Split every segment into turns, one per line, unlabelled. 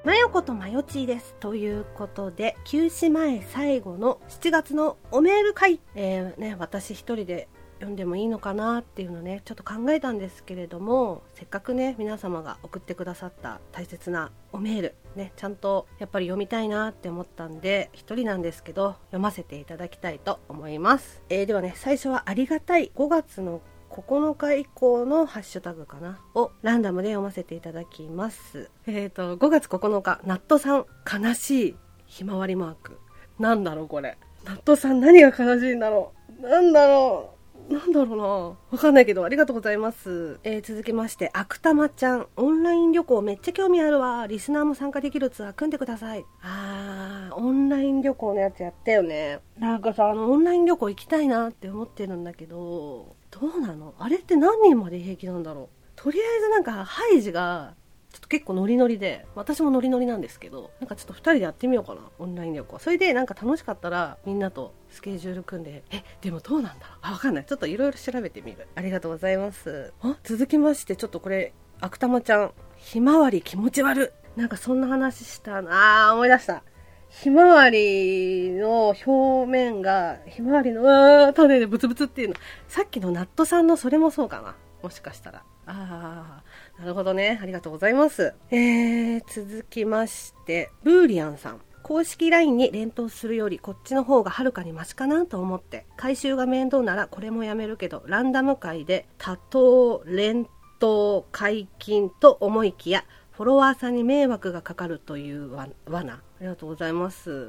まよことまよちです。ということで、休止前最後の7月のおメール会、私一人で読んでもいいのかなっていうのね、ちょっと考えたんですけれども、せっかくね、皆様が送ってくださった大切なおメール、ね、ちゃんとやっぱり読みたいなって思ったんで、一人なんですけど、読ませていただきたいと思います。ではね、最初はありがたい5月の9日以降のハッシュタグかなをランダムで読ませていただきます。5月9日、ナットさん、悲しいひまわりマーク。なんだろうこれ。ナットさん何が悲しいんだろう。なんだろうな。わかんないけど、ありがとうございます。続きまして、あくたまちゃん、オンライン旅行めっちゃ興味あるわ。リスナーも参加できるツアー組んでください。オンライン旅行のやつやったよね。なんかさ、オンライン旅行行きたいなって思ってるんだけど、どうなの？あれって何人まで平気なんだろう。とりあえずなんかハイジがちょっと結構ノリノリで、私もノリノリなんですけど、なんかちょっと2人でやってみようかな、オンライン旅行。それでなんか楽しかったらみんなとスケジュール組んで、でもどうなんだろう、わかんない。ちょっといろいろ調べてみる。ありがとうございます。続きまして、ちょっとこれあくたまちゃん、ひまわり気持ち悪い、なんかそんな話したな。思い出した。ひまわりの表面がひまわりの種でブツブツっていうの、さっきのナットさんのそれもそうかな、もしかしたら。なるほどね、ありがとうございます。続きまして、ブーリアンさん、公式 LINE に連投するよりこっちの方がはるかにマシかなと思って、回収が面倒ならこれもやめるけど、ランダム会で多頭連投解禁と思いきやフォロワーさんに迷惑がかかるという罠。ありがとうございます。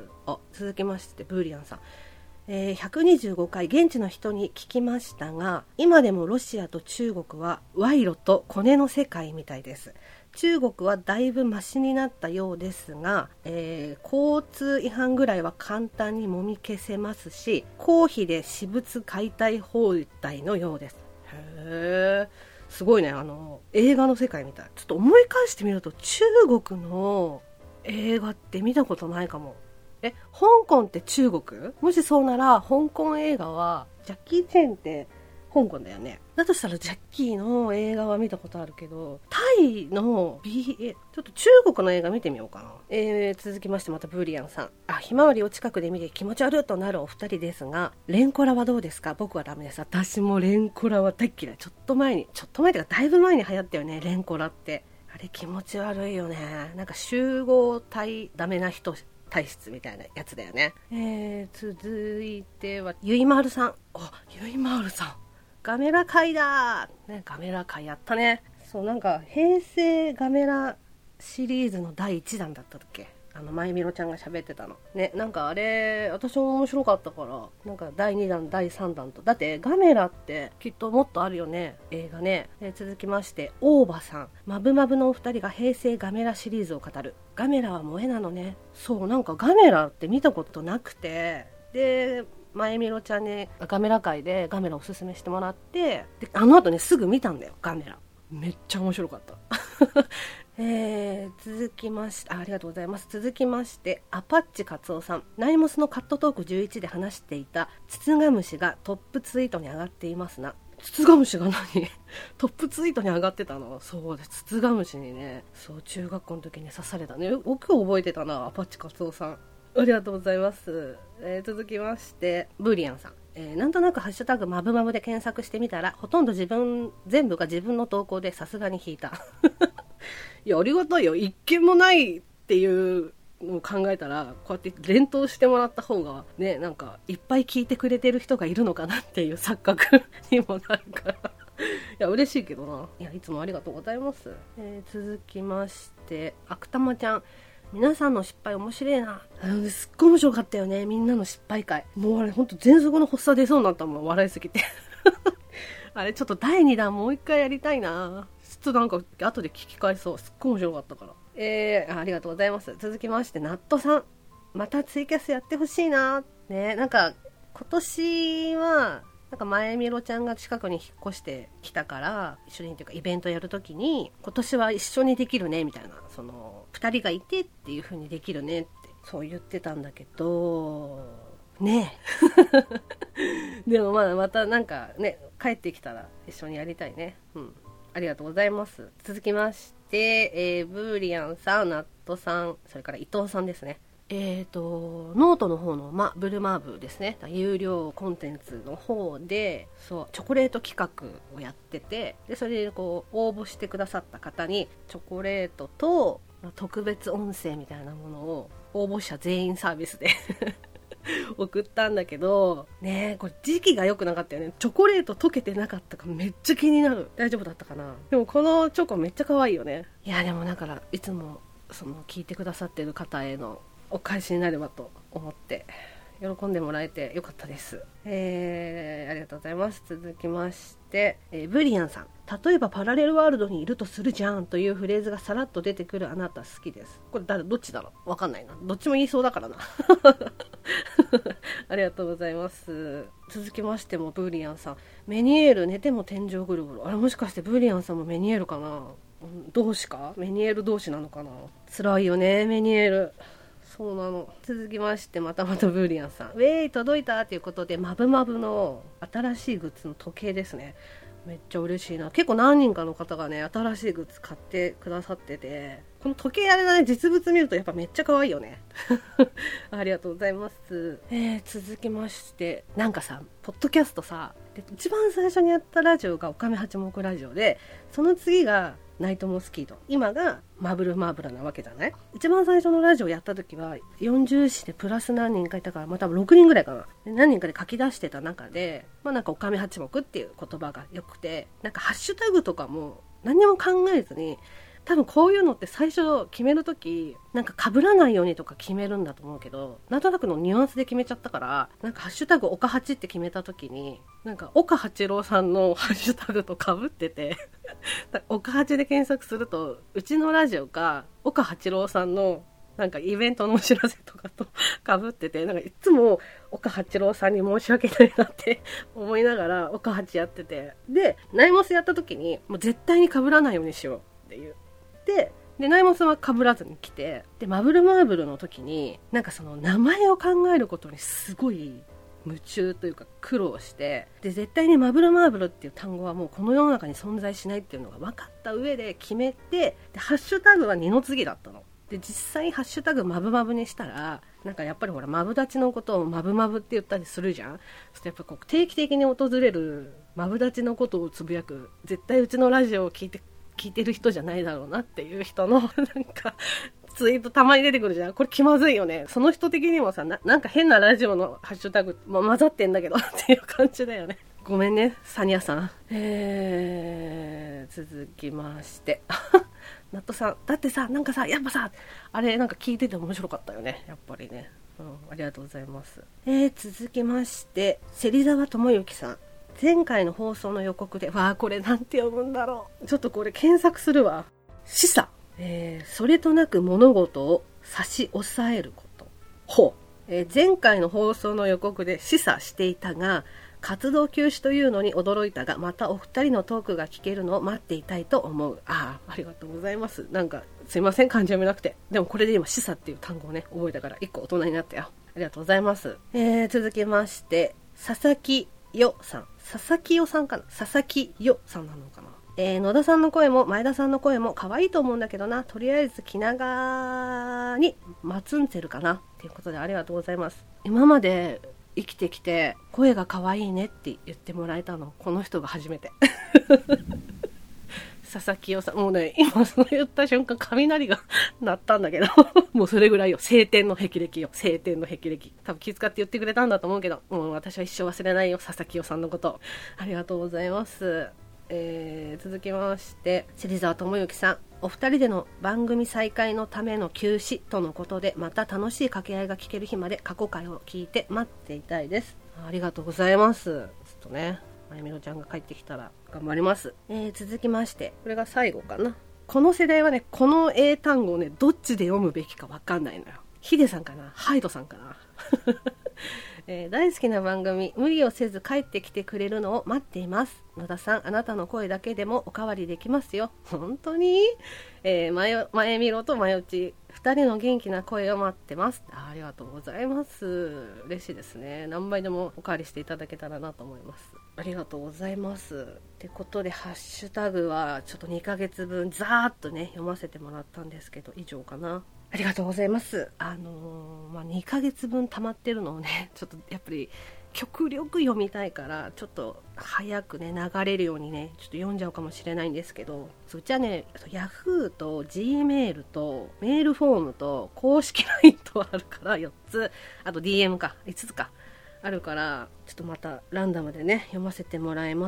続きましてブーリアンさん、125回現地の人に聞きましたが、今でもロシアと中国は賄賂とコネの世界みたいです。中国はだいぶマシになったようですが、交通違反ぐらいは簡単にもみ消せますし、公費で私物解体放題のようです。へー、すごいね。映画の世界みたい。ちょっと思い返してみると、中国の映画って見たことないかも。香港って中国？もしそうなら、香港映画は、ジャッキー・チェンって香港だよね。だとしたらジャッキーの映画は見たことあるけど、タイのちょっと中国の映画見てみようかな。続きましてまたブーリアンさん。ひまわりを近くで見て気持ち悪いとなるお二人ですが、レンコラはどうですか？僕はダメです。私もレンコラは大っ嫌い。ちょっと前とかだいぶ前に流行ったよね、レンコラって。あれ気持ち悪いよね。なんか集合体ダメな人体質みたいなやつだよね。続いてはゆいまるさん。ゆいまるさん、ガメラ会だね。ガメラ会やったね。そう、なんか平成ガメラシリーズの第1弾だったっけ、まゆみろちゃんが喋ってたのね。なんかあれ私も面白かったから、なんか第2弾第3弾と、だってガメラってきっともっとあるよね、映画ね。続きまして大場さん、まぶまぶのお二人が平成ガメラシリーズを語る。ガメラは萌えなのね。そう、なんかガメラって見たことなくて、でまゆみろちゃんにガメラ会でガメラおすすめしてもらって、で後ねすぐ見たんだよ、ガメラ。めっちゃ面白かった続きまして、ありがとうございます。続きましてアパッチカツオさん、ナイモスのカットトーク11で話していたツツガムシがトップツイートに上がっていますな。ツツガムシが何トップツイートに上がってたの？そうです、ツツガムシにね、そう中学校の時に刺されたね。よく覚えてたな、アパッチカツオさん。ありがとうございます。続きましてブーリアンさん、なんとなくハッシュタグまぶまぶで検索してみたら、ほとんど全部が自分の投稿で、さすがに引いたいやありがたいよ。一件もないっていうのを考えたら、こうやって連投してもらった方がね、なんかいっぱい聞いてくれてる人がいるのかなっていう錯覚にもなるからいや嬉しいけどな。いやいつもありがとうございます。続きましてあくたまちゃん、皆さんの失敗面白いな。すっごい面白かったよね、みんなの失敗会。もうあれほんと全速の発作出そうになったもん、笑いすぎてあれちょっと第2弾もう一回やりたいな。ちょっとなんか後で聞き返そう。すっごい面白かったから。ありがとうございます。続きましてナットさん、またツイキャスやってほしいなね。なんか今年はなんか前みろちゃんが近くに引っ越してきたから、一緒にというかイベントやるときに、今年は一緒にできるねみたいな、その2人がいてっていう風にできるねってそう言ってたんだけどねでもまたなんかね、帰ってきたら一緒にやりたいね。 ありがとうございます。続きまして、ブーリアンさん、ナットさん、それから伊藤さんですね。ノートの方の、ブルマーブですね、有料コンテンツの方でそうチョコレート企画をやってて、でそれでこう応募してくださった方にチョコレートと特別音声みたいなものを応募者全員サービスで送ったんだけどね、これ時期が良くなかったよね。チョコレート溶けてなかったかめっちゃ気になる。大丈夫だったかな。でもこのチョコめっちゃ可愛いよね。いやでもだからいつもその聞いてくださってる方へのお返しになればと思って喜んでもらえてよかったです。ありがとうございます。続きまして、ブリアンさん、例えばパラレルワールドにいるとするじゃんというフレーズがさらっと出てくるあなた好きです。これどっちだろう、わかんないな。どっちも言いそうだからなありがとうございます。続きましてもブリアンさん、メニエール寝ても天井ぐるぐる。あれもしかしてブリアンさんもメニエールかな。同士か、メニエール同士なのかな。辛いよねメニエール。そうなの。続きましてまたブーリアンさん、ウェイ届いたということでマブマブの新しいグッズの時計ですね。めっちゃ嬉しいな。結構何人かの方がね新しいグッズ買ってくださってて、この時計あれだね、実物見るとやっぱめっちゃ可愛いよねありがとうございます。続きましてなんかさ、ポッドキャストさで一番最初にやったラジオがおかめ八目ラジオで、その次がナイトモスキート、今がマブルマーブラなわけじゃない。一番最初のラジオやった時は40詞でプラス何人かいたから、多分6人ぐらいかな。何人かで書き出してた中で、なんかおかめ八目っていう言葉が良くて、なんかハッシュタグとかも何も考えずに、多分こういうのって最初決めるときなんか被らないようにとか決めるんだと思うけど、なんとなくのニュアンスで決めちゃったから、なんかハッシュタグ岡八って決めたときになんか岡八郎さんのハッシュタグと被ってて岡八で検索するとうちのラジオか岡八郎さんのなんかイベントのお知らせとかと被ってて、なんかいつも岡八郎さんに申し訳ないなって思いながら岡八やってて、でナイモスやった時にもう絶対に被らないようにしようっていうでナイモスは被らずに来て、でマブルマーブルの時になんかその名前を考えることにすごい夢中というか苦労して、で絶対にマブルマーブルっていう単語はもうこの世の中に存在しないっていうのが分かった上で決めて、でハッシュタグは二の次だったので、実際ハッシュタグマブマブにしたらなんかやっぱりほらマブダチのことをマブマブって言ったりするじゃん。そしてやっぱこう定期的に訪れるマブダチのことをつぶやく、絶対うちのラジオを聞いてる人じゃないだろうなっていう人のなんかツイートたまに出てくるじゃん。これ気まずいよね。その人的にもさ、なんか変なラジオのハッシュタグ、混ざってんだけどっていう感じだよね。ごめんねサニアさん。続きましてナットさん、だってさなんかさやっぱさあれなんか聞いてて面白かったよねやっぱりね、ありがとうございます。続きまして芹沢智之さん、前回の放送の予告で、これなんて読むんだろう。ちょっとこれ検索するわ。示唆。それとなく物事を差し押さえること。前回の放送の予告で示唆していたが、活動休止というのに驚いたが、またお二人のトークが聞けるのを待っていたいと思う。ありがとうございます。なんかすいません、漢字読めなくて。でもこれで今示唆っていう単語をね覚えたから一個大人になったよ。ありがとうございます。続きまして佐々木よさん、佐々木よさんかな、佐々木よさんなのかな。野田さんの声も前田さんの声も可愛いと思うんだけどな、とりあえず気長にマツンツェルかなっていうことでありがとうございます。今まで生きてきて声が可愛いねって言ってもらえたのこの人が初めて佐々木よさん、もうね今その言った瞬間雷が鳴ったんだけどもうそれぐらいよ、晴天の霹靂よ、晴天の霹靂。多分気遣って言ってくれたんだと思うけど、もう私は一生忘れないよ佐々木よさんのこと。ありがとうございます。続きまして芹沢智之さん、お二人での番組再開のための休止とのことで、また楽しい掛け合いが聞ける日まで過去回を聞いて待っていたいです。ありがとうございます。ちょっとねまゆみろちゃんが帰ってきたら頑張ります。続きましてこれが最後かな。この世代はねこの英単語をねどっちで読むべきか分かんないのよ。ヒデさんかな、ハイドさんかな大好きな番組、無理をせず帰ってきてくれるのを待っています。野田さん、あなたの声だけでもおかわりできますよ。本当に、前みろと前打ち2人の元気な声を待ってます。ありがとうございます。嬉しいですね。何倍でもおかわりしていただけたらなと思います。ありがとうございます。ってことでハッシュタグはちょっと2ヶ月分ざーっとね読ませてもらったんですけど、以上かな。ありがとうございます。2ヶ月分溜まってるのをね、ちょっとやっぱり極力読みたいから、ちょっと早くね流れるようにねちょっと読んじゃうかもしれないんですけど、うちはね Yahoo と Gmail とメールフォームと公式 LINE とあるから4つ、あと DM か5つかあるから、ちょっとまたランダムでね読ませてもらいます。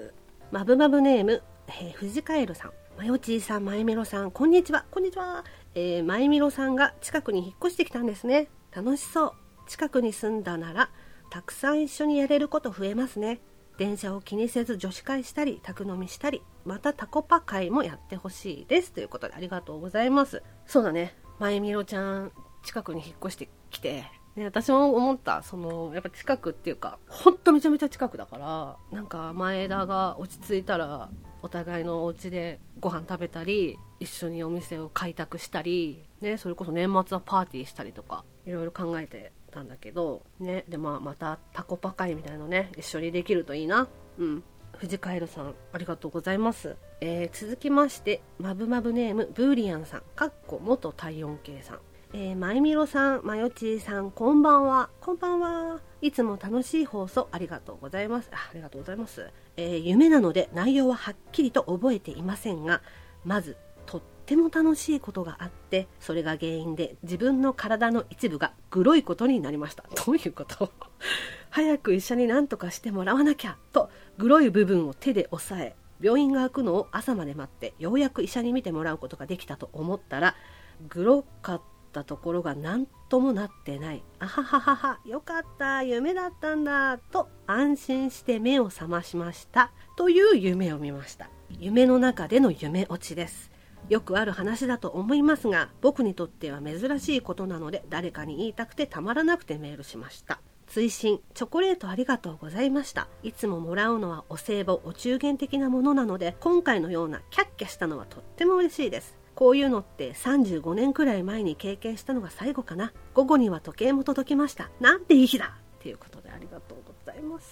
マブマブネーム、藤カエルさん、まよちーさん、まゆみろさん、こんにちは。こんにちは。まゆみろさんが近くに引っ越してきたんですね。楽しそう。近くに住んだならたくさん一緒にやれること増えますね。電車を気にせず女子会したり宅飲みしたり、またタコパ会もやってほしいです、ということでありがとうございます。そうだね、まゆみろちゃん近くに引っ越してきて、ね、私も思った。やっぱ近くっていうかほんとめちゃめちゃ近くだから、なんか前田が落ち着いたらお互いのお家でご飯食べたり、一緒にお店を開拓したり、ね、それこそ年末はパーティーしたりとかいろいろ考えてたんだけど、ね、でまたタコパ会みたいなのね一緒にできるといいな。藤カエルさんありがとうございます。続きましてマブマブネームブーリアンさん元体温計さん、まゆみろさん、まよちーさん、こんばんは。こんばんは。いつも楽しい放送ありがとうございます。ありがとうございます。夢なので内容ははっきりと覚えていませんが、まずとっても楽しいことがあって、それが原因で自分の体の一部がグロいことになりました。どういうこと早く医者に何とかしてもらわなきゃと、グロい部分を手で押さえ、病院が開くのを朝まで待って、ようやく医者に見てもらうことができたと思ったら、グロかったところが何ともなってない。あはははは、よかった、夢だったんだと安心して目を覚ましましたという夢を見ました。夢の中での夢落ちです。よくある話だと思いますが、僕にとっては珍しいことなので、誰かに言いたくてたまらなくてメールしました。追伸、チョコレートありがとうございました。いつももらうのはお歳暮、お中元的なものなので、今回のようなキャッキャしたのはとっても嬉しいです。こういうのって35年くらい前に経験したのが最後かな。午後には時計も届きました。なんていい日だっていうことでありがとうございます。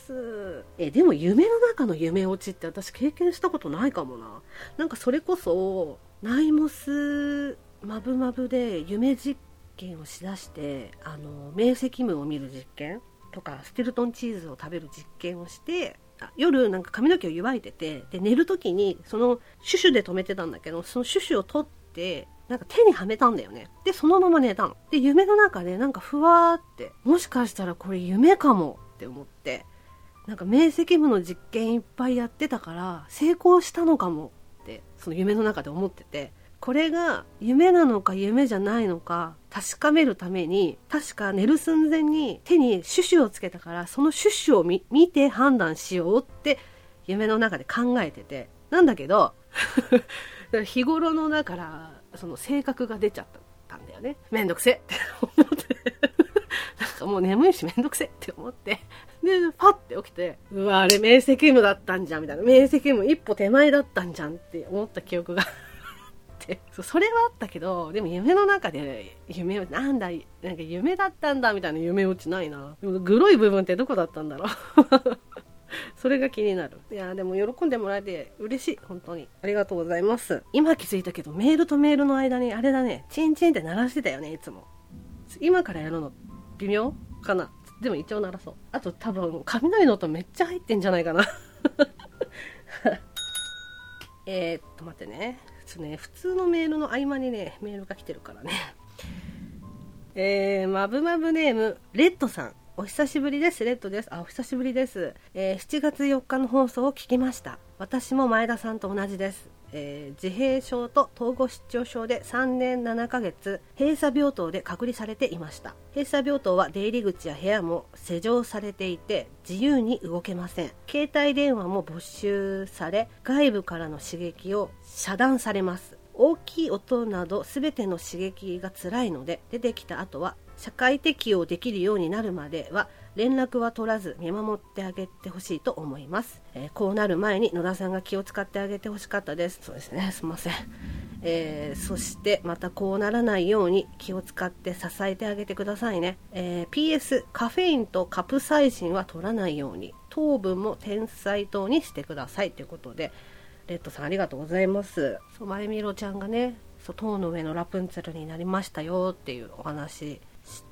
でも夢の中の夢落ちって私経験したことないかもな。なんかそれこそナイモスマブマブで夢実験をしだして、明晰夢を見る実験とかステルトンチーズを食べる実験をして、夜なんか髪の毛を湯わいてて、で寝る時にそのシュシュで止めてたんだけど、そのシュシュを取ってなんか手にはめたんだよね。でそのまま寝たの。で夢の中でなんかふわーって、もしかしたらこれ夢かもって思って、なんか明晰夢の実験いっぱいやってたから成功したのかもってその夢の中で思ってて、これが夢なのか夢じゃないのか確かめるために、確か寝る寸前に手にシュシュをつけたから、そのシュシュを見て判断しようって夢の中で考えてて、なんだけど日頃のだからその性格が出ちゃったんだよね。めんどくせって思ってなんかもう眠いしめんどくせって思って、でパッて起きて、うわあれ明晰夢だったんじゃんみたいな、明晰夢一歩手前だったんじゃんって思った記憶がそれはあったけど、でも夢の中で夢をなんか夢だったんだみたいな夢落ちないな。グロい部分ってどこだったんだろうそれが気になる。いやでも喜んでもらえて嬉しい。本当にありがとうございます。今気づいたけど、メールとメールの間にあれだね、チンチンって鳴らしてたよね、いつも。今からやるの微妙かな。でも一応鳴らそう。あと多分雷の音めっちゃ入ってんじゃないかな待ってね、普通のメールの合間にねメールが来てるからねマブマブネームレッドさん、お久しぶりです。レッドです。お久しぶりです。7月4日の放送を聞きました。私も前田さんと同じです。自閉症と統合失調症で3年7ヶ月閉鎖病棟で隔離されていました。閉鎖病棟は出入り口や部屋も施錠されていて自由に動けません。携帯電話も没収され、外部からの刺激を遮断されます。大きい音など全ての刺激が辛いので、出てきた後は社会適応できるようになるまでは連絡は取らず見守ってあげてほしいと思います。こうなる前に野田さんが気を使ってあげてほしかったです。そうですね、すいません。そしてまたこうならないように気を使って支えてあげてくださいね。PS カフェインとカプサイシンは取らないように、糖分も天才糖にしてくださいということで、レッドさんありがとうございます。まゆみろちゃんがね、塔の上のラプンツェルになりましたよっていうお話して、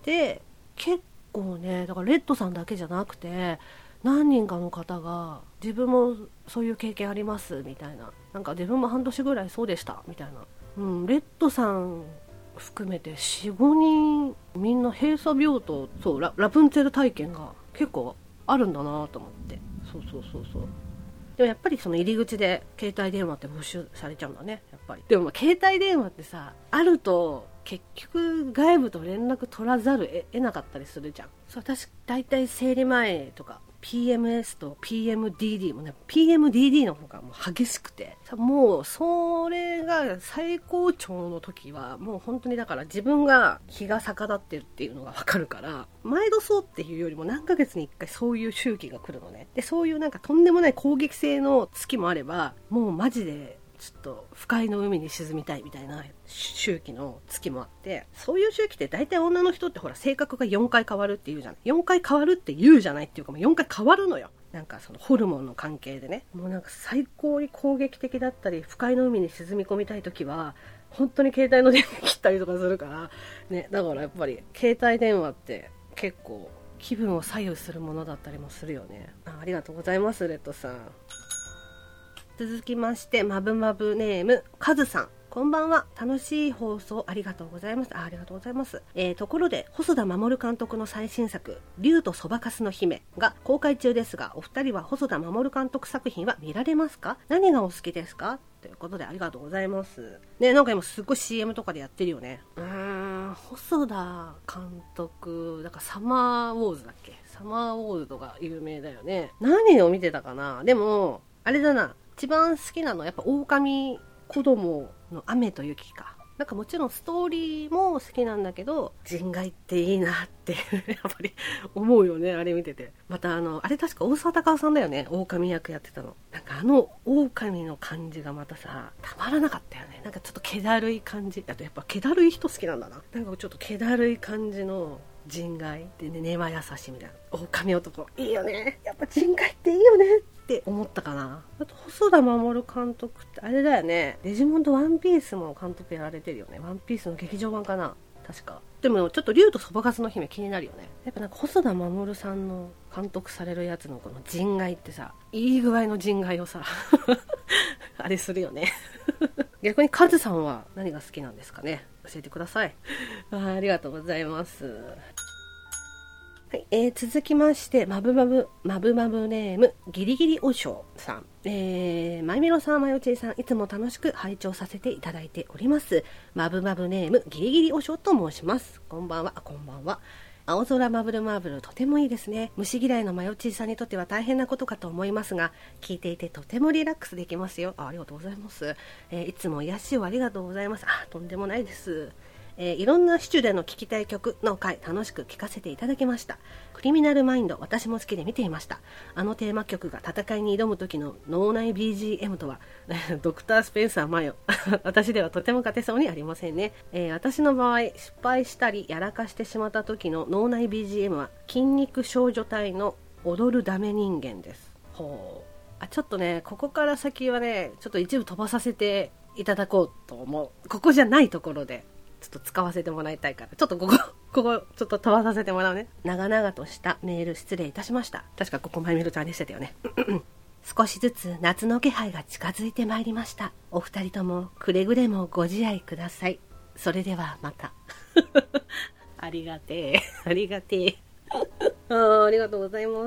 結構ね、だからレッドさんだけじゃなくて何人かの方が自分もそういう経験ありますみたいな、なんか自分も半年ぐらいそうでしたみたいな、レッドさん含めて 4,5 人みんな閉鎖病棟、ラプンツェル体験が結構あるんだなと思って。そうでもやっぱりその入り口で携帯電話って没収されちゃうんだね、やっぱり。でも携帯電話ってさ、あると結局外部と連絡取らざる得なかったりするじゃん。私大体生理前とか PMS と PMDD もね、 PMDD の方がもう激しくて、もうそれが最高潮の時はもう本当にだから自分が気が逆立ってるっていうのが分かるから、毎度そうっていうよりも何ヶ月に1回そういう周期が来るのね。でそういうなんかとんでもない攻撃性の月もあれば、もうマジでちょっと不快の海に沈みたいみたいな周期の月もあって、そういう周期って大体女の人ってほら性格が4回変わるって言うじゃない。4回変わるって言うじゃないっていうか、もう4回変わるのよ。なんかそのホルモンの関係でね、もうなんか最高に攻撃的だったり不快の海に沈み込みたい時は本当に携帯の電話切ったりとかするからね。だからやっぱり携帯電話って結構気分を左右するものだったりもするよね。ありがとうございます、レッドさん。続きまして、まぶまぶネームカズさん、こんばんは。楽しい放送ありがとうございます。ありがとうございます。ところで細田守監督の最新作竜とそばかすの姫が公開中ですが、お二人は細田守監督作品は見られますか？何がお好きですか？ということでありがとうございますね。なんか今すっごい CM とかでやってるよね。細田監督だからサマーウォーズだっけ、サマーウォーズとか有名だよね。何を見てたかな。でもあれだな、一番好きなのはやっぱ狼子供の雨と雪か。なんかもちろんストーリーも好きなんだけど、人外っていいなってやっぱり思うよね、あれ見てて。またあれ確か大沢たかおさんだよね、狼役やってたの。なんか狼の感じがまたさ、たまらなかったよね。なんかちょっと気だるい感じ。あとやっぱ気だるい人好きなんだな。なんかちょっと気だるい感じの人外でね、根は優しいみたいな狼男いいよね。やっぱ人外っていいよねって思ったかな。あと細田守監督ってあれだよね、デジモンとワンピースも監督やられてるよね。ワンピースの劇場版かな確か。でもちょっと竜とそばかすの姫気になるよね。やっぱなんか細田守さんの監督されるやつのこの人外ってさ、いい具合の人外をさあれするよね逆にカズさんは何が好きなんですかね、教えてください。ありがとうございます。はい、続きましてまぶまぶネームギリギリおしょうさん、まゆみろさん、まよちーさん、いつも楽しく拝聴させていただいております。まぶまぶネームギリギリおしょうと申します。こんばんは。こんばんは。青空マブルマーブルとてもいいですね。虫嫌いのまよちーさんにとっては大変なことかと思いますが、聞いていてとてもリラックスできますよ。ありがとうございます。いつも癒しをありがとうございます。とんでもないです。いろんなシチュでの聴きたい曲の回楽しく聴かせていただきました。クリミナルマインド、私も好きで見ていました。あのテーマ曲が戦いに挑む時の脳内 BGM とはドクタースペンサーマヨ私ではとても勝てそうにありませんね。私の場合失敗したりやらかしてしまった時の脳内 BGM は筋肉少女隊の踊るダメ人間です。ちょっとね、ここから先はねちょっと一部飛ばさせていただこうと思う。ここじゃないところでちょっと使わせてもらいたいから、ちょっとここちょっと飛ばさせてもらうね。長々としたメール失礼いたしました。確かここまゆみろちゃんでしたよね少しずつ夏の気配が近づいてまいりました。お二人ともくれぐれもご自愛ください。それではまたありがてえありがてえありがとうございます。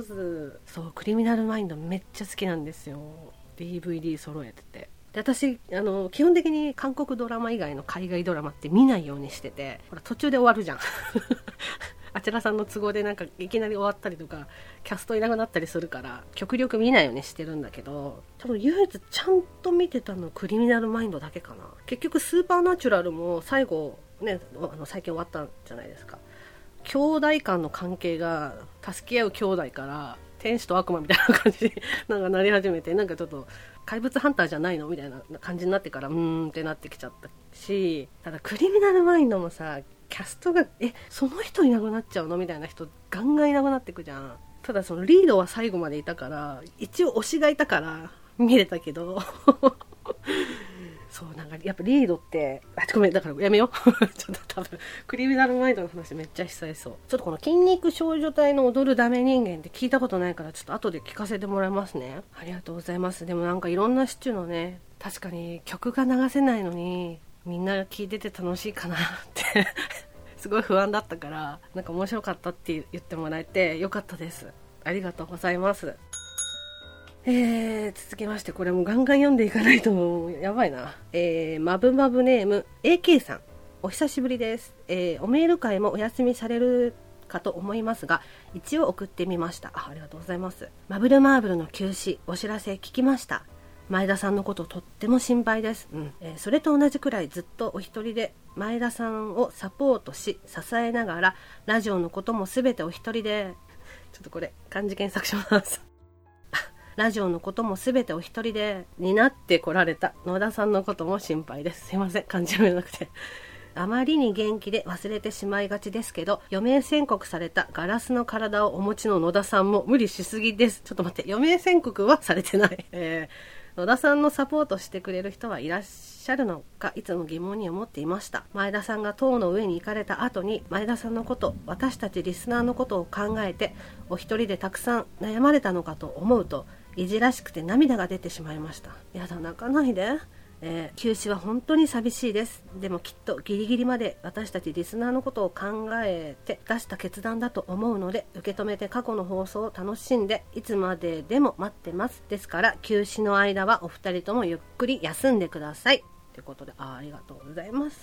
そう、クリミナルマインドめっちゃ好きなんですよ。 DVD 揃えてて。で私基本的に韓国ドラマ以外の海外ドラマって見ないようにしてて、ほら途中で終わるじゃんあちらさんの都合でなんかいきなり終わったりとかキャストいなくなったりするから極力見ないようにしてるんだけど、多分唯一ちゃんと見てたのクリミナルマインドだけかな。結局スーパーナチュラルも最後ね最近終わったんじゃないですか。 兄弟間の関係が助け合う兄弟から天使と悪魔みたいな感じになんかなり始めて、なんかちょっと怪物ハンターじゃないのみたいな感じになってからってなってきちゃったし、ただクリミナルマインドもさ、キャストがその人いなくなっちゃうのみたいな人ガンガンいなくなってくじゃん。ただそのリードは最後までいたから、一応推しがいたから見れたけどそう、なんかやっぱリードってごめん、だからやめようちょっと多分クリミナルマインドの話めっちゃ久々そう。ちょっとこの筋肉少女隊の踊るダメ人間って聞いたことないから、ちょっと後で聞かせてもらいますね。ありがとうございます。でもなんかいろんなシチューのね、確かに曲が流せないのにみんな聞いてて楽しいかなってすごい不安だったから、なんか面白かったって言ってもらえてよかったです。ありがとうございます。続きまして、これもガンガン読んでいかないとやばいな。マブマブネーム AK さん、お久しぶりです。おメール会もお休みされるかと思いますが、一応送ってみました。ありがとうございます。マブルマーブルの休止お知らせ聞きました。前田さんのこととっても心配です。それと同じくらいずっとお一人で前田さんをサポートし支えながら、ラジオのこともすべてお一人で、ちょっとこれ漢字検索しますラジオのこともすべてお一人で担ってこられた野田さんのことも心配です。すいません、漢字読めなくて。あまりに元気で忘れてしまいがちですけど、余命宣告されたガラスの体をお持ちの野田さんも無理しすぎです。ちょっと待って、余命宣告はされてない。野田さんのサポートしてくれる人はいらっしゃるのか、いつも疑問に思っていました。前田さんが塔の上に行かれた後に、前田さんのこと、私たちリスナーのことを考えてお一人でたくさん悩まれたのかと思うと、いじらしくて涙が出てしまいました。やだ、泣かないで。休止は本当に寂しいです。でもきっとギリギリまで私たちリスナーのことを考えて出した決断だと思うので、受け止めて過去の放送を楽しんでいつまででも待ってます。ですから休止の間はお二人ともゆっくり休んでくださいということで、ありがとうございます。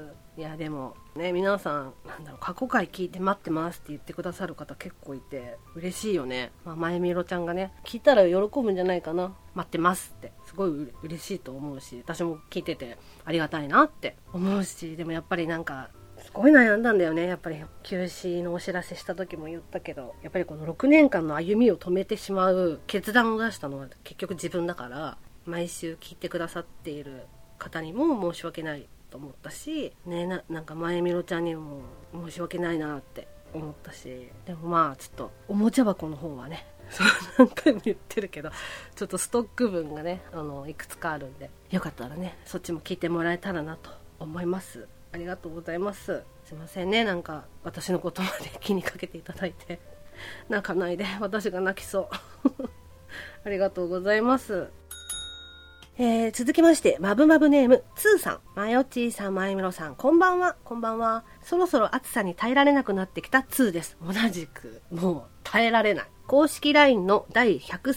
いやでもね、皆さん過去回聞いて待ってますって言ってくださる方結構いて嬉しいよね。前みろちゃんがね聞いたら喜ぶんじゃないかな。待ってますってすごい嬉しいと思うし、私も聞いててありがたいなって思うし、でもやっぱりなんかすごい悩んだんだよね。やっぱり休止のお知らせした時も言ったけど、やっぱりこの6年間の歩みを止めてしまう決断を出したのは結局自分だから、毎週聞いてくださっている方にも申し訳ないと思ったし、なんか前みろちゃんにも申し訳ないなって思ったし、でもちょっとおもちゃ箱の方はね何回も言ってるけど、ちょっとストック分がねいくつかあるんで、よかったらねそっちも聞いてもらえたらなと思います。ありがとうございます。すいませんね、なんか私のことまで気にかけていただいて。泣かないで、私が泣きそうありがとうございます。続きまして、マブマブネームツーさん、まよちーさん、まゆみろさん、こんばんは。こんばんは。そろそろ暑さに耐えられなくなってきたツーです。同じくもう耐えられない。公式 LINE の第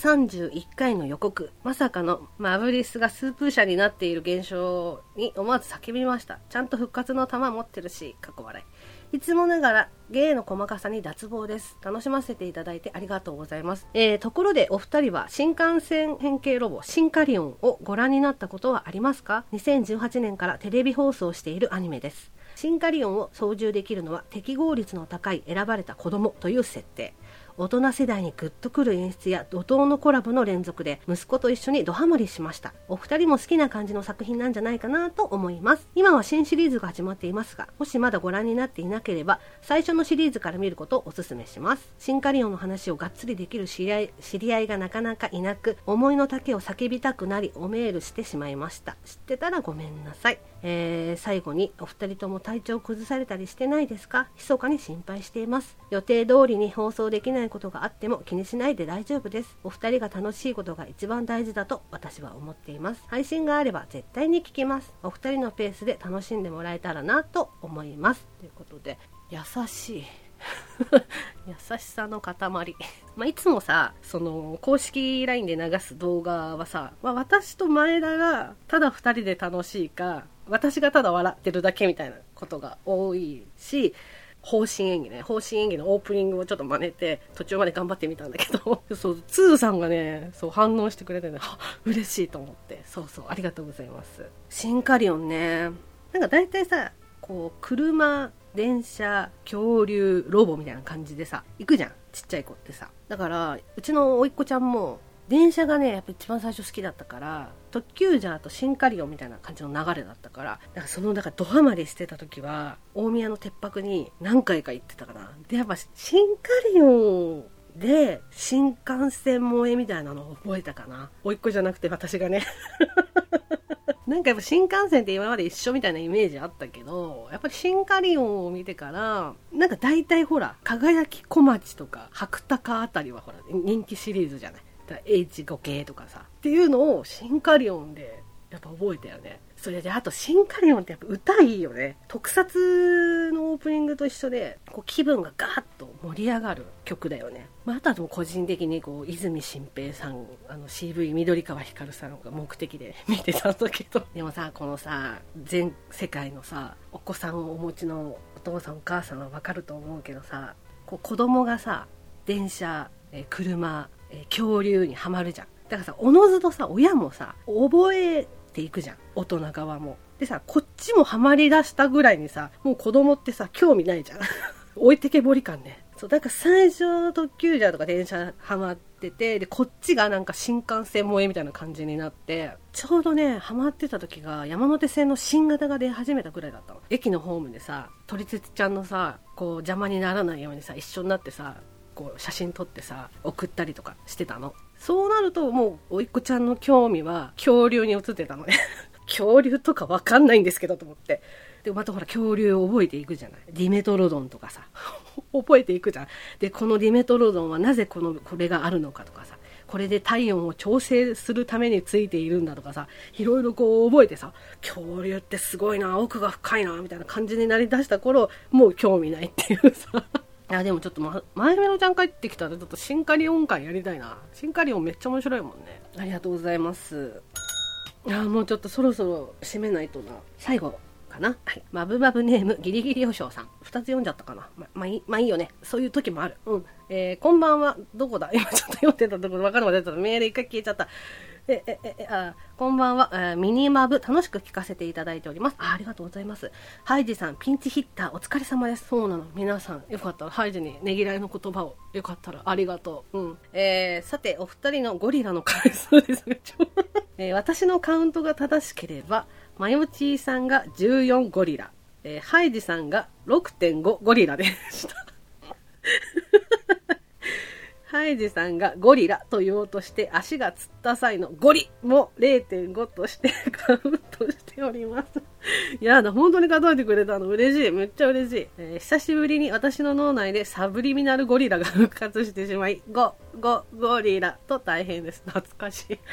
131回の予告、まさかのマブリスがスープ車になっている現象に思わず叫びました。ちゃんと復活の玉持ってるし、かっこ笑い。いつもながら芸の細かさに脱帽です。楽しませていただいてありがとうございます。ところでお二人は新幹線変形ロボシンカリオンをご覧になったことはありますか？ 2018 年からテレビ放送しているアニメです。シンカリオンを操縦できるのは適合率の高い選ばれた子供という設定。大人世代にグッとくる演出や怒涛のコラボの連続で息子と一緒にドハマりしました。お二人も好きな感じの作品なんじゃないかなと思います。今は新シリーズが始まっていますが、もしまだご覧になっていなければ最初のシリーズから見ることをお勧めします。シンカリオンの話をがっつりできる知り合いがなかなかいなく、思いの丈を叫びたくなりおメールしてしまいました。知ってたらごめんなさい。最後にお二人とも体調崩されたりしてないですか？密かに心配しています。予定通りに放送できないことがあっても気にしないで大丈夫です。お二人が楽しいことが一番大事だと私は思っています。配信があれば絶対に聞きます。お二人のペースで楽しんでもらえたらなと思います。ということで、優しい優しさの塊いつもさ、その公式 LINE で流す動画はさ、私と前田がただ二人で楽しいか、私がただ笑ってるだけみたいなことが多いし、方針演技のオープニングをちょっと真似て途中まで頑張ってみたんだけどそうツーさんがね反応してくれてね、嬉しいと思って、ありがとうございます。シンカリオンね、なんか大体さこう車電車、恐竜、ロボみたいな感じでさ行くじゃん、ちっちゃい子ってさ。だからうちの甥っ子ちゃんも電車がねやっぱ一番最初好きだったから、特急ジャーとシンカリオンみたいな感じの流れだったから、だからドハマりしてた時は大宮の鉄泊に何回か行ってたかな。でやっぱシンカリオンで新幹線萌えみたいなのを覚えたかな。甥っ子じゃなくて私がねなんかやっぱ新幹線って今まで一緒みたいなイメージあったけど、やっぱりシンカリオンを見てからなんか大体ほら輝き小町とか白鷹あたりはほら人気シリーズじゃない。H5 系とかさっていうのをシンカリオンでやっぱ覚えたよね。それであとシンカリオンってやっぱ歌いいよね。特撮のオープニングと一緒でこう気分がガーッと盛り上がる曲だよね。あとはでも個人的にこう泉新平さんCV 緑川光さんが目的で見てたんだけど、でもさこのさ全世界のさお子さんをお持ちのお父さんお母さんは分かると思うけどさ、こう子供がさ電車、車、恐竜にはまるじゃん。だからさおのずとさ親もさ覚えていくじゃん、大人側も。でさこっちもハマりだしたぐらいにさもう子供ってさ興味ないじゃん置いてけぼり感ね。そうだから最初特急ジャーとか電車ハマってて、でこっちがなんか新幹線萌えみたいな感じになって、ちょうどねハマってた時が山手線の新型が出始めたぐらいだったの。駅のホームでさ撮り鉄ちゃんのさこう邪魔にならないようにさ一緒になってさこう写真撮ってさ送ったりとかしてたの。そうなるともうおいっ子ちゃんの興味は恐竜に移ってたのね恐竜とかわかんないんですけどと思って。でまたほら恐竜を覚えていくじゃない。ディメトロドンとかさ覚えていくじゃん。でこのディメトロドンはなぜこれがあるのかとかさ、これで体温を調整するためについているんだとかさ、いろいろこう覚えてさ、恐竜ってすごいな、奥が深いなみたいな感じになりだした頃もう興味ないっていうさでもちょっと前めのちゃん帰ってきたらちょっとシンカリオン会やりたいな。シンカリオンめっちゃ面白いもんね。ありがとうございます。もうちょっとそろそろ締めないとな。最後かな。はい。マブマブネームギリギリおしょうさん。2つ読んじゃったかな。まあいいよね。そういう時もある。うん。こんばんは。どこだ今ちょっと読んでたところ分かるまで出たらメール一回消えちゃった。こんばんは。ミニマブ楽しく聞かせていただいております。ありがとうございます。ハイジさんピンチヒッターお疲れ様です。そうなの。皆さんよかったらハイジにねぎらいの言葉をよかったらありがとう。うん。さてお二人のゴリラの回数ですね。私のカウントが正しければマヨチーさんが14ゴリラ、ハイジさんが 6.5 ゴリラでしたハイジさんがゴリラと言おうとして足がつった際のゴリも 0.5 としてカウントしておりますやだ、本当に数えてくれたの嬉しい。めっちゃ嬉しい。久しぶりに私の脳内でサブリミナルゴリラが復活してしまいゴリラと大変です。懐かしい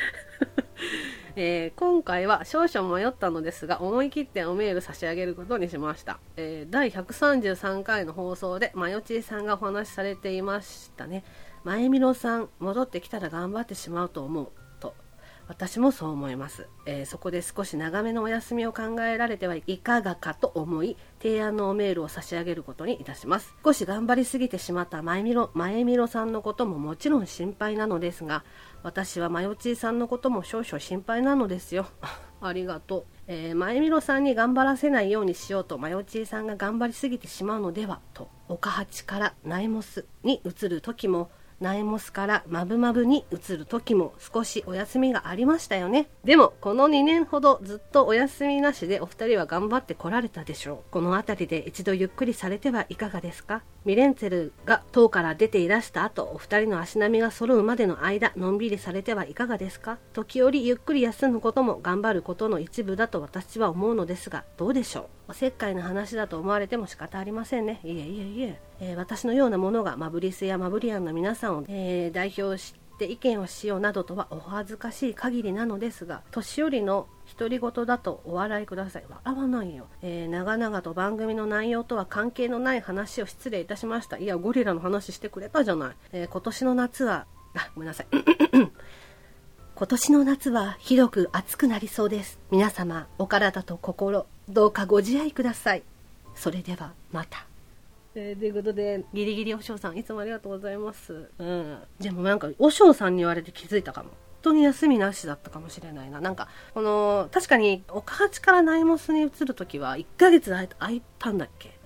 今回は少々迷ったのですが思い切っておメール差し上げることにしました。第133回の放送でマヨチーさんがお話しされていましたね。前みろさん戻ってきたら頑張ってしまうと思うと、私もそう思います。そこで少し長めのお休みを考えられてはいかがかと思い提案のメールを差し上げることにいたします。少し頑張りすぎてしまった前みろさんのことももちろん心配なのですが、私はマヨチーさんのことも少々心配なのですよありがとう。前みろさんに頑張らせないようにしようとマヨチーさんが頑張りすぎてしまうのではと、岡八からナイモスに移る時もナイモスからマブマブに移る時も少しお休みがありましたよね。でもこの2年ほどずっとお休みなしでお二人は頑張ってこられたでしょう。このあたりで一度ゆっくりされてはいかがですか。ミレンツェルが塔から出ていらした後、お二人の足並みが揃うまでの間のんびりされてはいかがですか。時折ゆっくり休むことも頑張ることの一部だと私は思うのですが、どうでしょう。おせっかいな話だと思われても仕方ありませんね。いえ、私のようなものがマブリスやマブリアンの皆さんを、代表して意見をしようなどとはお恥ずかしい限りなのですが、年寄りの独り言だとお笑いください。笑わないよ。長々と番組の内容とは関係のない話を失礼いたしました。いやゴリラの話してくれたじゃない。今年の夏はごめんなさい今年の夏はひどく暑くなりそうです。皆様お体と心どうかご自愛ください。それではまた。ということでギリギリおしょうさんいつもありがとうございます。でもなんかおしょうさんに言われて気づいたかも。本当に休みなしだったかもしれないな。なんか確かに岡八からナイモスに移るときは1ヶ月空いたんだっけ。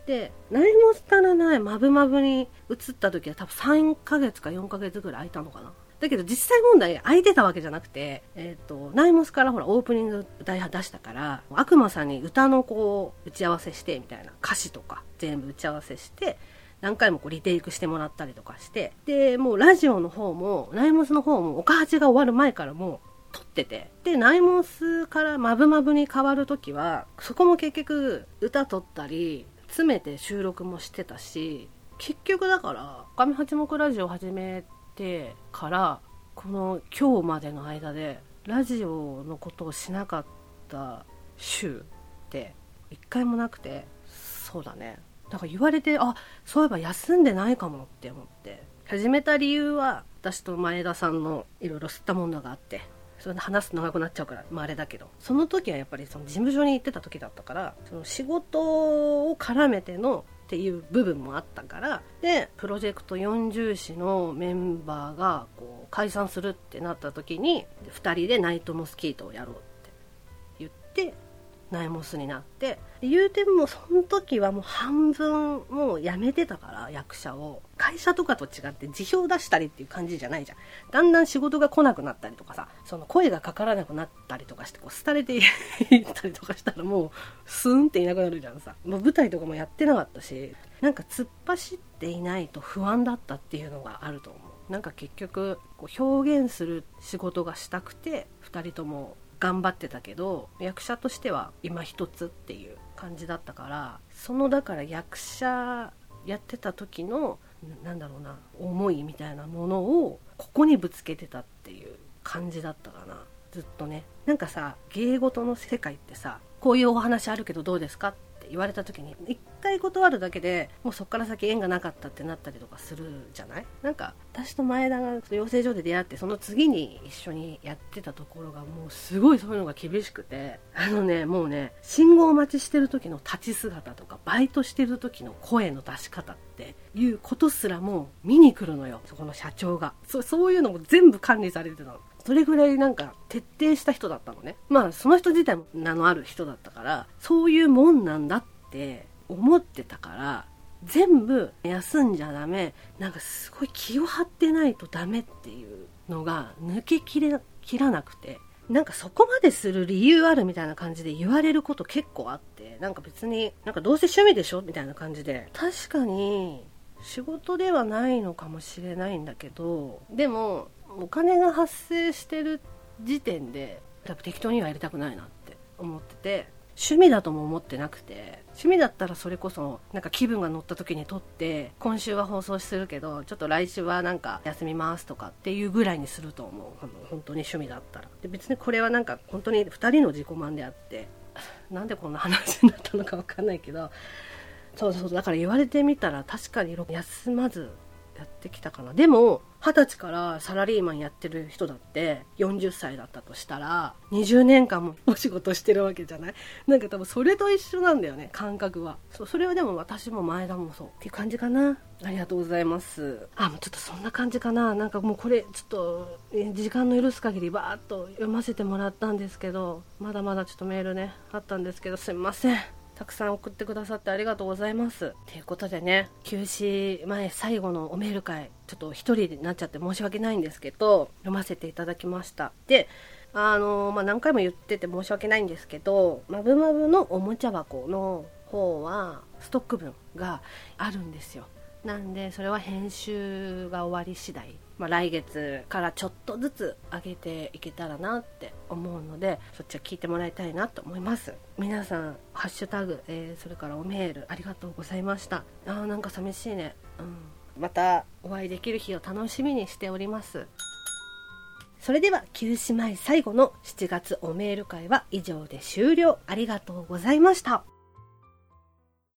でナイモスからねマブマブに移った時は多分3ヶ月か4ヶ月ぐらい空いたのかな。だけど実際問題空いてたわけじゃなくて、ナイモスからほらオープニング歌い出したから悪魔さんに歌のこう打ち合わせしてみたいな、歌詞とか全部打ち合わせして何回もこうリテイクしてもらったりとかして、でもうラジオの方もナイモスの方も岡八が終わる前からもう撮ってて、でナイモスからマブマブに変わる時はそこも結局歌撮ったり詰めて収録もしてたし、結局だから上八目ラジオ始めてからこの今日までの間でラジオのことをしなかった週って一回もなくて、そうだね、だから言われてそういえば休んでないかもって思って始めた理由は、私と前田さんのいろいろ吸ったものがあって、それで話すと長くなっちゃうから、あれだけど、その時はやっぱりその事務所に行ってた時だったから、その仕事を絡めてのっていう部分もあったから、でプロジェクト40士のメンバーがこう解散するってなった時に2人でナイトモスキートをやろうって言ってナイモスになって、言うてもその時はもう半分もう辞めてたから、役者を会社とかと違って辞表出したりっていう感じじゃないじゃん。だんだん仕事が来なくなったりとかさ、その声がかからなくなったりとかしてこう廃れていったりとかしたらもうスーンっていなくなるじゃんさ。もう舞台とかもやってなかったし、なんか突っ走っていないと不安だったっていうのがあると思う。なんか結局こう表現する仕事がしたくて2人とも頑張ってたけど、役者としては今一つっていう感じだったから、そのだから役者やってた時のなんだろうな、思いみたいなものをここにぶつけてたっていう感じだったかな、ずっとね。なんかさ、芸事の世界ってさ、こういうお話あるけどどうですかって言われた時に一回断るだけでもうそっから先縁がなかったってなったりとかするじゃない。なんか私と前田が養成所で出会って、その次に一緒にやってたところがもうすごいそういうのが厳しくて、もうね、信号待ちしてる時の立ち姿とかバイトしてる時の声の出し方っていうことすらも見に来るのよ、そこの社長が。そういうのも全部管理されてたの。それぐらいなんか徹底した人だったのね。まあその人自体も名のある人だったから、そういうもんなんだって思ってたから、全部休んじゃダメ、なんかすごい気を張ってないとダメっていうのが抜けきらなくて、なんかそこまでする理由あるみたいな感じで言われること結構あって、なんか別になんかどうせ趣味でしょみたいな感じで、確かに仕事ではないのかもしれないんだけど、でもお金が発生してる時点で多分適当にはやりたくないなって思ってて、趣味だとも思ってなくて、趣味だったらそれこそなんか気分が乗った時に撮って今週は放送するけどちょっと来週はなんか休みますとかっていうぐらいにすると思う、本当に趣味だったら。で別にこれはなんか本当に2人の自己満であって、なんでこんな話になったのか分かんないけど、そうだから言われてみたら確かに休まずやってきたかな。でも20歳からサラリーマンやってる人だって40歳だったとしたら20年間もお仕事してるわけじゃない。なんか多分それと一緒なんだよね、感覚は。それはでも私も前田もそうっていう感じかな。ありがとうございます。もうちょっとそんな感じかな。なんかもうこれちょっと時間の許す限りバーっと読ませてもらったんですけど、まだまだちょっとメールねあったんですけど、すみません、たくさん送ってくださってありがとうございます。ということでね、休止前最後のおメール会、ちょっと一人になっちゃって申し訳ないんですけど、読ませていただきました。で、何回も言ってて申し訳ないんですけど、まぶまぶのおもちゃ箱の方はストック分があるんですよ。なんでそれは編集が終わり次第、来月からちょっとずつ上げていけたらなって思うので、そっちは聞いてもらいたいなと思います。皆さんハッシュタグ、それからおメールありがとうございました。なんか寂しいね、またお会いできる日を楽しみにしております。それでは休止前最後の7月おメール会は以上で終了。ありがとうございました。